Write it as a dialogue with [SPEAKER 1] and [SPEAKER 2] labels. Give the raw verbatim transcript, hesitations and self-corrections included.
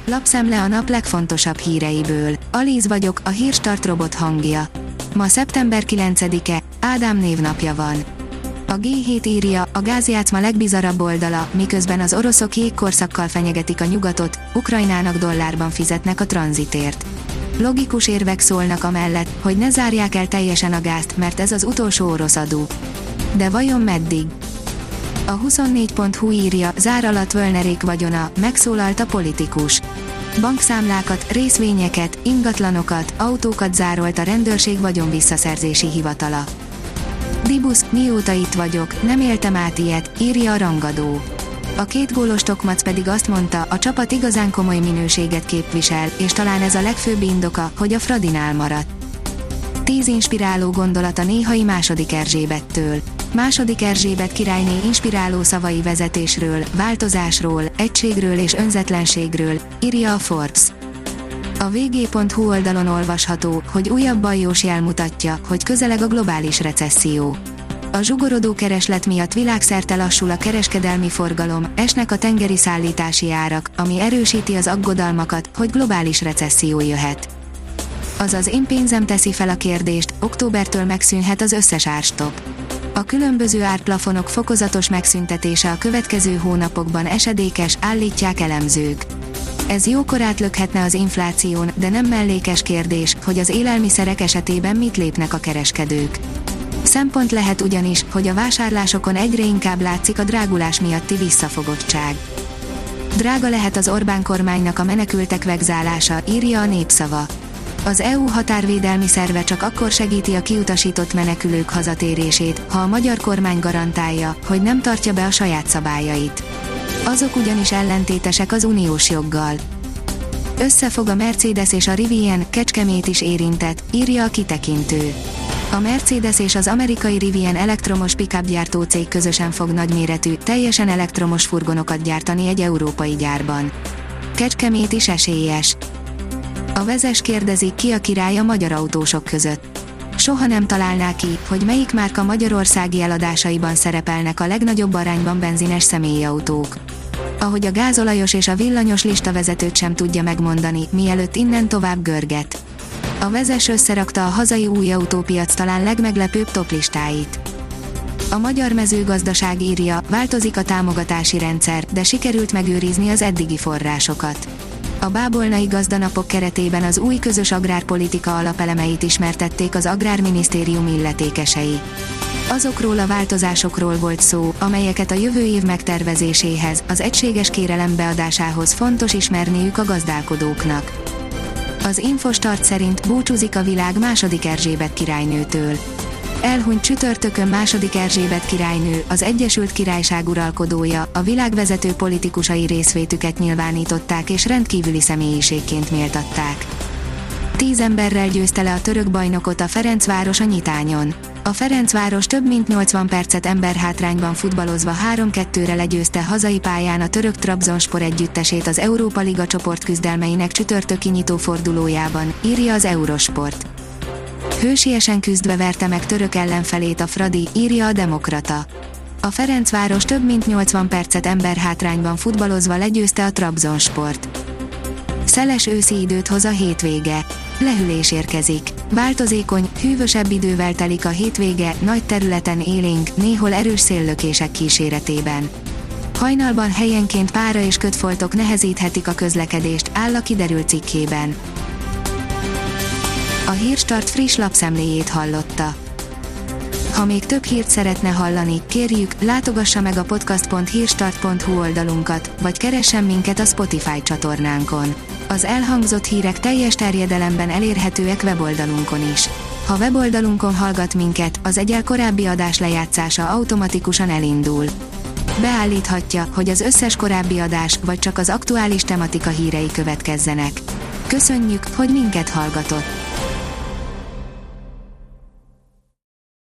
[SPEAKER 1] Lapszemle a nap legfontosabb híreiből. Alíz vagyok, a Hírstart robot hangja. Ma szeptember kilencedike, Ádám névnapja van. A gé hét írja, a gázjátszma legbizarabb oldala, miközben az oroszok jégkorszakkal fenyegetik a nyugatot, Ukrajnának dollárban fizetnek a tranzitért. Logikus érvek szólnak amellett, hogy ne zárják el teljesen a gázt, mert ez az utolsó orosz adó. De vajon meddig? A huszonnégy pont hu írja, zár alatt Völnerék vagyona, megszólalt a politikus. Bankszámlákat, részvényeket, ingatlanokat, autókat zárolt a rendőrség vagyonvisszaszerzési hivatala. Dibusz, mióta itt vagyok, nem éltem át ilyet, írja a rangadó. A két gólos Tokmac pedig azt mondta, a csapat igazán komoly minőséget képvisel, és talán ez a legfőbb indoka, hogy a Fradinál maradt. Tíz inspiráló gondolata néhai második Erzsébettől. Második Erzsébet királyné inspiráló szavai vezetésről, változásról, egységről és önzetlenségről, írja a Forbes. A vg pont hu oldalon olvasható, hogy újabb bajós jel mutatja, hogy közeleg a globális recesszió. A zsugorodó kereslet miatt világszerte lassul a kereskedelmi forgalom, esnek a tengeri szállítási árak, ami erősíti az aggodalmakat, hogy globális recesszió jöhet. Azaz én pénzem teszi fel a kérdést, októbertől megszűnhet az összes árstop. A különböző árplafonok fokozatos megszüntetése a következő hónapokban esedékes, állítják elemzők. Ez jókor átlökhetne az infláción, de nem mellékes kérdés, hogy az élelmiszerek esetében mit lépnek a kereskedők. Szempont lehet ugyanis, hogy a vásárlásokon egyre inkább látszik a drágulás miatti visszafogottság. Drága lehet az Orbán kormánynak a menekültek vegzálása, írja a Népszava. Az é u határvédelmi szerve csak akkor segíti a kiutasított menekülők hazatérését, ha a magyar kormány garantálja, hogy nem tartja be a saját szabályait. Azok ugyanis ellentétesek az uniós joggal. Összefog a Mercedes és a Rivian, Kecskemét is érintett, írja a Kitekintő. A Mercedes és az amerikai Rivian elektromos pick-up gyártó cég közösen fog nagyméretű, teljesen elektromos furgonokat gyártani egy európai gyárban. Kecskemét is esélyes. A Vezes kérdezi, ki a király a magyar autósok között. Soha nem találná ki, hogy melyik márka magyarországi eladásaiban szerepelnek a legnagyobb arányban benzines személyautók. Ahogy a gázolajos és a villanyos listavezetőt sem tudja megmondani, mielőtt innen tovább görget. A Vezes összerakta a hazai új autópiac talán legmeglepőbb toplistáit. A magyar mezőgazdaság írja, változik a támogatási rendszer, de sikerült megőrizni az eddigi forrásokat. A bábolnai gazdanapok keretében az új közös agrárpolitika alapelemeit ismertették az Agrárminisztérium illetékesei. Azokról a változásokról volt szó, amelyeket a jövő év megtervezéséhez, az egységes kérelem beadásához fontos ismerniük a gazdálkodóknak. Az Infostart szerint búcsúzik a világ második Erzsébet királynőtől. Elhunyt csütörtökön második Erzsébet királynő, az Egyesült Királyság uralkodója, a világ vezető politikusai részvétüket nyilvánították és rendkívüli személyiségként méltatták. Tíz emberrel győzte le a török bajnokot a Ferencváros a Nyitányon. A Ferencváros több mint nyolcvan percet emberhátrányban futballozva három kettőre legyőzte hazai pályán a török Trabzonspor együttesét az Európa Liga csoportküzdelmeinek csütörtöki nyitófordulójában, írja az Eurosport. Hősiesen küzdve verte meg török ellenfelét a Fradi, írja a Demokrata. A Ferencváros több mint nyolcvan percet emberhátrányban futballozva legyőzte a Trabzonsport. Szeles őszi időt hoz a hétvége. Lehűlés érkezik. Változékony, hűvösebb idővel telik a hétvége, nagy területen élénk, néhol erős széllökések kíséretében. Hajnalban helyenként pára és kötfoltok nehezíthetik a közlekedést, áll a kiderült cikkében. A Hírstart friss lapszemléjét hallotta. Ha még több hírt szeretne hallani, kérjük, látogassa meg a podcast pont hírstart pont hu oldalunkat, vagy keressen minket a Spotify csatornánkon. Az elhangzott hírek teljes terjedelemben elérhetőek weboldalunkon is. Ha weboldalunkon hallgat minket, az egyel korábbi adás lejátszása automatikusan elindul. Beállíthatja, hogy az összes korábbi adás, vagy csak az aktuális tematika hírei következzenek. Köszönjük, hogy minket hallgatott!